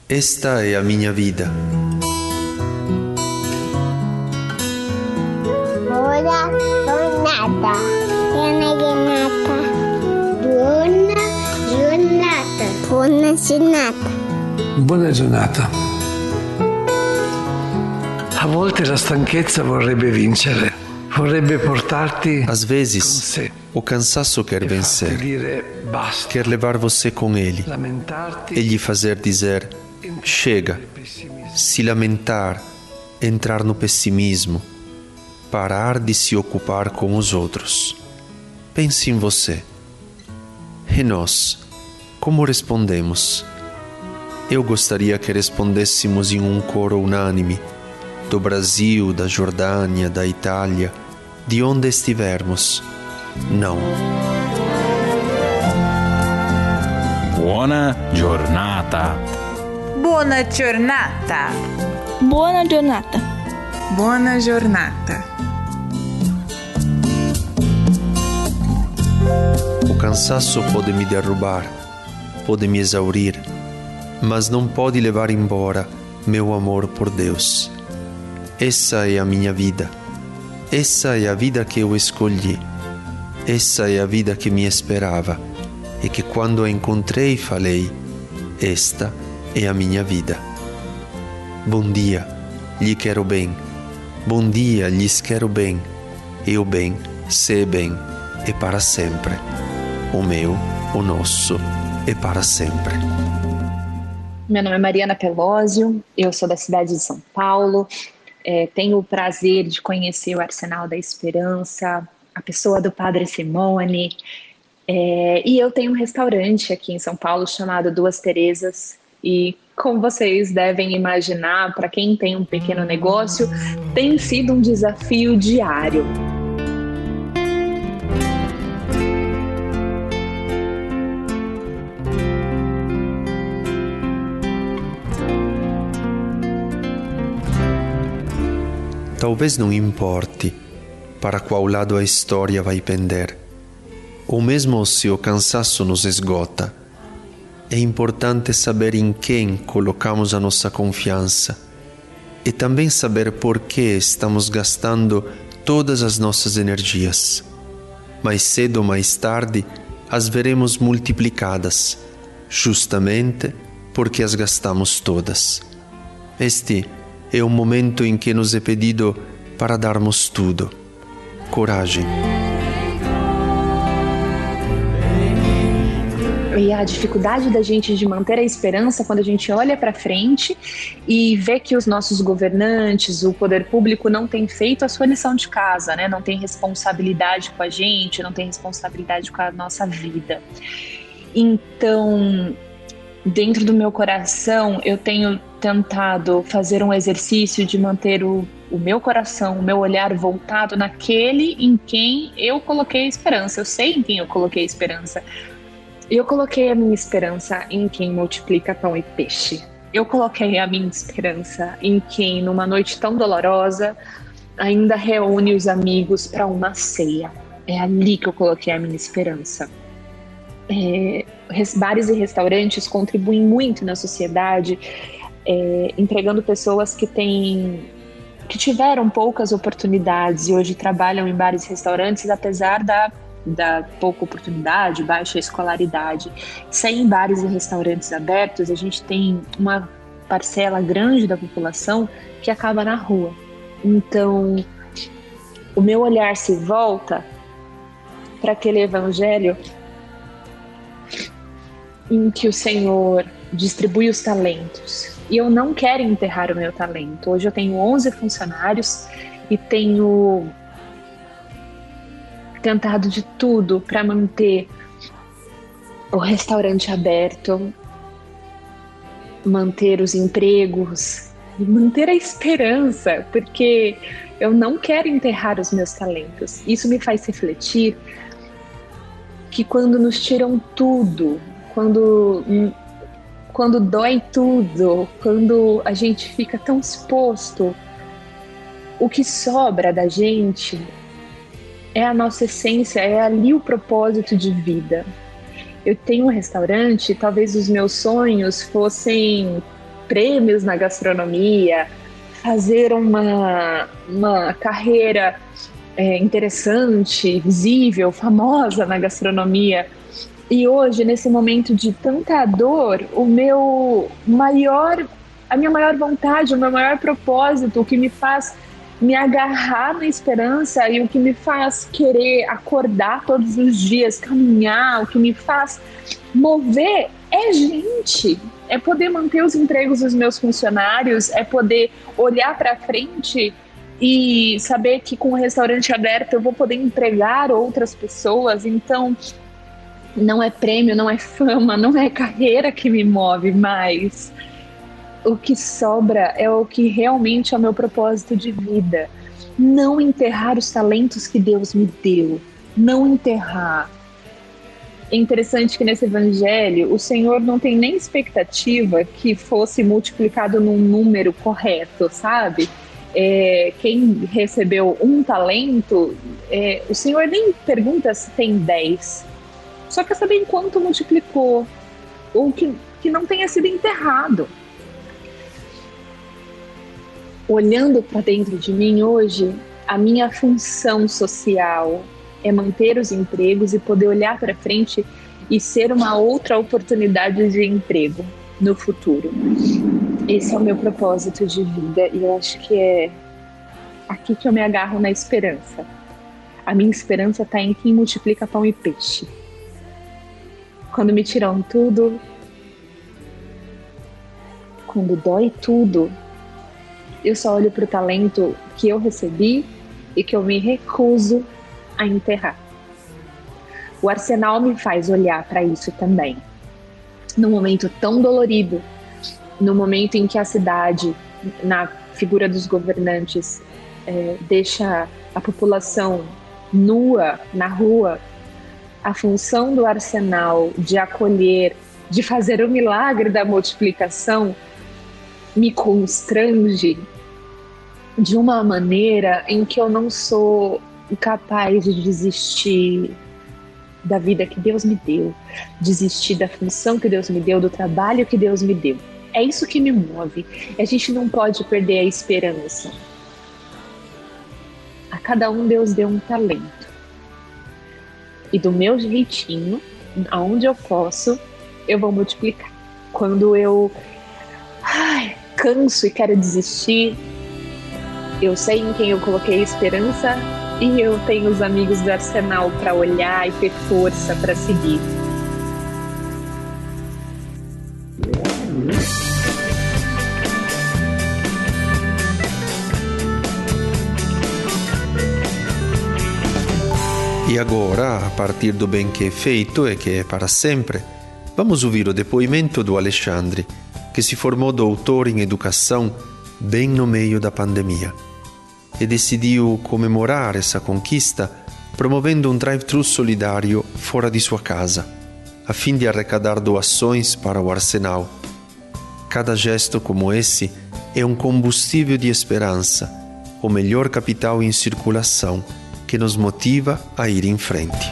Esta è a minha vida. Buona giornata. Buona giornata. Buona giornata. Buona giornata. Buona giornata. A volte la stanchezza vorrebbe vincere, vorrebbe portarti Às vezes, o cansaço quer vencer, dire basta, quer levar você com ele lamentarti e lhe fazer dizer: chega, se lamentar, entrar no pessimismo, parar de se ocupar com os outros. Pense em você. E nós, como respondemos? Eu gostaria que respondêssemos em um coro unânime, do Brasil, da Jordânia, da Itália, de onde estivermos. Não. Buona giornata. Buona giornata. Buona giornata. Buona giornata. O cansaço pode me derrubar, pode me exaurir, mas não pode levar embora meu amor por Deus. Essa é a minha vida. Essa é a vida que eu escolhi. Essa é a vida que me esperava e que quando a encontrei falei: esta é a minha vida. Bom dia, lhe quero bem. Bom dia, lhes quero bem. E o bem, se é bem, é para sempre. O meu, o nosso, é para sempre. Meu nome é Mariana Pelósio, eu sou da cidade de São Paulo. Tenho o prazer de conhecer o Arsenal da Esperança, a pessoa do Padre Simone, e eu tenho um restaurante aqui em São Paulo chamado Duas Terezas, e como vocês devem imaginar, para quem tem um pequeno negócio, tem sido um desafio diário. Talvez não importe para qual lado a história vai pender, ou mesmo se o cansaço nos esgota. É importante saber em quem colocamos a nossa confiança e também saber por que estamos gastando todas as nossas energias. Mais cedo ou mais tarde, as veremos multiplicadas, justamente porque as gastamos todas. Este é o momento em que nos é pedido para darmos tudo. Coragem. E a dificuldade da gente de manter a esperança quando a gente olha para frente e vê que os nossos governantes, o poder público não tem feito a sua lição de casa, né? Não tem responsabilidade com a gente, não tem responsabilidade com a nossa vida. Então, dentro do meu coração, eu tenho tentado fazer um exercício de manter o meu coração, o meu olhar voltado naquele em quem eu coloquei a esperança. Eu sei em quem eu coloquei a esperança. Eu coloquei a minha esperança em quem multiplica pão e peixe. Eu coloquei a minha esperança em quem, numa noite tão dolorosa, ainda reúne os amigos para uma ceia. É ali que eu coloquei a minha esperança. Bares e restaurantes contribuem muito na sociedade, empregando pessoas que tiveram poucas oportunidades e hoje trabalham em bares e restaurantes, apesar da pouca oportunidade, baixa escolaridade. Sem bares e restaurantes abertos, a gente tem uma parcela grande da população que acaba na rua. Então, o meu olhar se volta para aquele evangelho em que o Senhor distribui os talentos. E eu não quero enterrar o meu talento. Hoje eu tenho 11 funcionários e tenho tentado de tudo para manter o restaurante aberto, manter os empregos e manter a esperança, porque eu não quero enterrar os meus talentos. Isso me faz refletir que quando nos tiram tudo, quando dói tudo, quando a gente fica tão exposto, o que sobra da gente é a nossa essência, é ali o propósito de vida. Eu tenho um restaurante, talvez os meus sonhos fossem prêmios na gastronomia, fazer uma carreira interessante, visível, famosa na gastronomia. E hoje, nesse momento de tanta dor, a minha maior vontade, o meu maior propósito, o que me faz me agarrar na esperança e o que me faz querer acordar todos os dias, caminhar, o que me faz mover é gente, é poder manter os empregos dos meus funcionários, é poder olhar para frente e saber que com o restaurante aberto eu vou poder empregar outras pessoas. Então, não é prêmio, não é fama, não é carreira que me move, mas o que sobra é o que realmente é o meu propósito de vida. Não enterrar os talentos que Deus me deu, não enterrar. É interessante que nesse evangelho o Senhor não tem nem expectativa que fosse multiplicado num número correto, sabe? Quem recebeu um talento, o Senhor nem pergunta se tem 10. Só quer saber em quanto multiplicou, ou que não tenha sido enterrado. Olhando para dentro de mim hoje, a minha função social é manter os empregos e poder olhar para frente e ser uma outra oportunidade de emprego no futuro. Esse é o meu propósito de vida e eu acho que é aqui que eu me agarro na esperança. A minha esperança está em quem multiplica pão e peixe. Quando me tiram tudo, quando dói tudo, eu só olho para o talento que eu recebi e que eu me recuso a enterrar. O Arsenal me faz olhar para isso também. Num momento tão dolorido, no momento em que a cidade, na figura dos governantes, deixa a população nua na rua, a função do Arsenal de acolher, de fazer o milagre da multiplicação, me constrange de uma maneira em que eu não sou capaz de desistir da vida que Deus me deu, desistir da função que Deus me deu, do trabalho que Deus me deu. É isso que me move. A gente não pode perder a esperança. A cada um Deus deu um talento. E do meu jeitinho, aonde eu posso, eu vou multiplicar. Quando eu canso e quero desistir, eu sei em quem eu coloquei esperança e eu tenho os amigos do Arsenal para olhar e ter força para seguir. E agora, a partir do bem que é feito e que é para sempre, vamos ouvir o depoimento do Alexandre, que se formou doutor em educação bem no meio da pandemia e decidiu comemorar essa conquista promovendo um drive-thru solidário fora de sua casa, a fim de arrecadar doações para o Arsenal. Cada gesto como esse é um combustível de esperança, o melhor capital em circulação que nos motiva a ir em frente.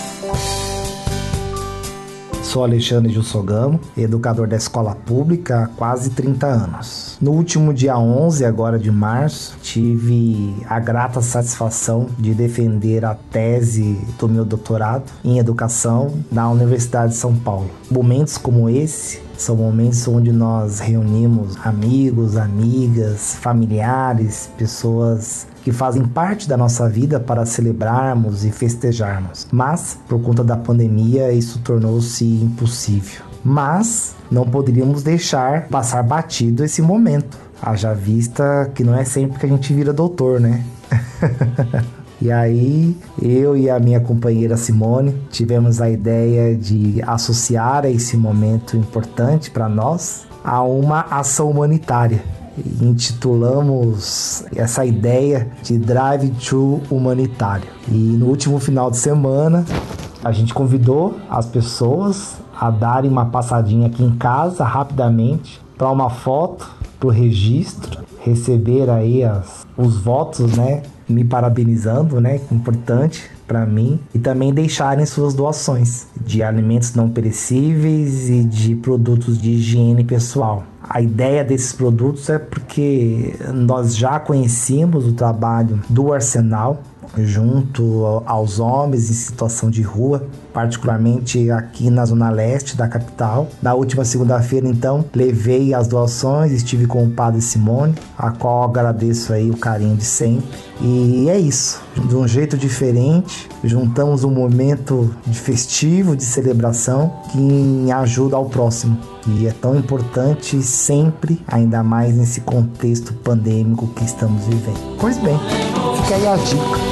Sou Alexandre Jussogamo, educador da escola pública há quase 30 anos. No último dia 11, agora de março, tive a grata satisfação de defender a tese do meu doutorado em educação na Universidade de São Paulo. Momentos como esse são momentos onde nós reunimos amigos, amigas, familiares, pessoas que fazem parte da nossa vida para celebrarmos e festejarmos. Mas, por conta da pandemia, isso tornou-se impossível. Mas não poderíamos deixar passar batido esse momento. Haja vista que não é sempre que a gente vira doutor, né? E aí, eu e a minha companheira Simone tivemos a ideia de associar esse momento importante para nós a uma ação humanitária. Intitulamos essa ideia de Drive-thru humanitário. E no último final de semana, a gente convidou as pessoas a darem uma passadinha aqui em casa rapidamente para uma foto pro registro, receber aí os votos, né, me parabenizando, né, importante para mim, e também deixarem suas doações de alimentos não perecíveis e de produtos de higiene pessoal. A ideia desses produtos é porque nós já conhecíamos o trabalho do Arsenal junto aos homens em situação de rua, particularmente aqui na zona leste da capital. Na última segunda-feira, então, levei as doações, estive com o Padre Simone, a qual agradeço aí o carinho de sempre. E é isso, de um jeito diferente, juntamos um momento de festivo, de celebração, que ajuda ao próximo. E é tão importante sempre, ainda mais nesse contexto pandêmico que estamos vivendo. Pois bem, fica aí a dica.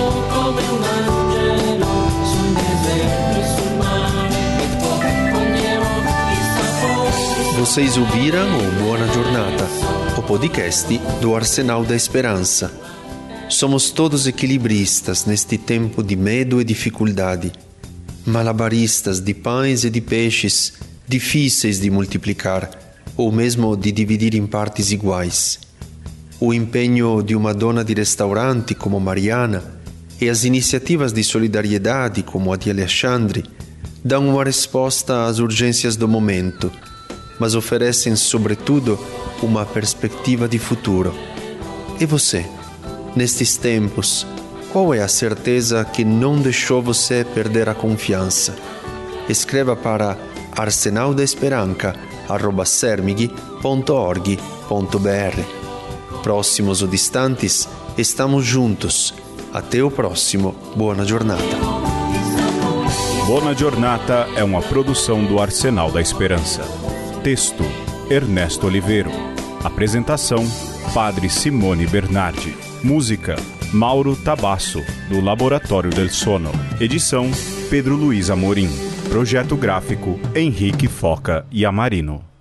Vocês ouviram o Buona Giornata, o podcast do Arsenal da Esperança. Somos todos equilibristas neste tempo de medo e dificuldade, malabaristas de pães e de peixes difíceis de multiplicar ou mesmo de dividir em partes iguais. O empenho de uma dona de restaurante como Mariana e as iniciativas de solidariedade como a de Alexandre dão uma resposta às urgências do momento, mas oferecem, sobretudo, uma perspectiva de futuro. E você, nestes tempos, qual é a certeza que não deixou você perder a confiança? Escreva para arsenaldesperanca@sermig.org.br. Próximos ou distantes, estamos juntos. Até o próximo. Buona Giornata. Buona Giornata é uma produção do Arsenal da Esperança. Texto: Ernesto Oliveiro. Apresentação: Padre Simone Bernardi. Música: Mauro Tabasso, do Laboratório del Sono. Edição: Pedro Luiz Amorim. Projeto gráfico: Henrique Foca e Amarino.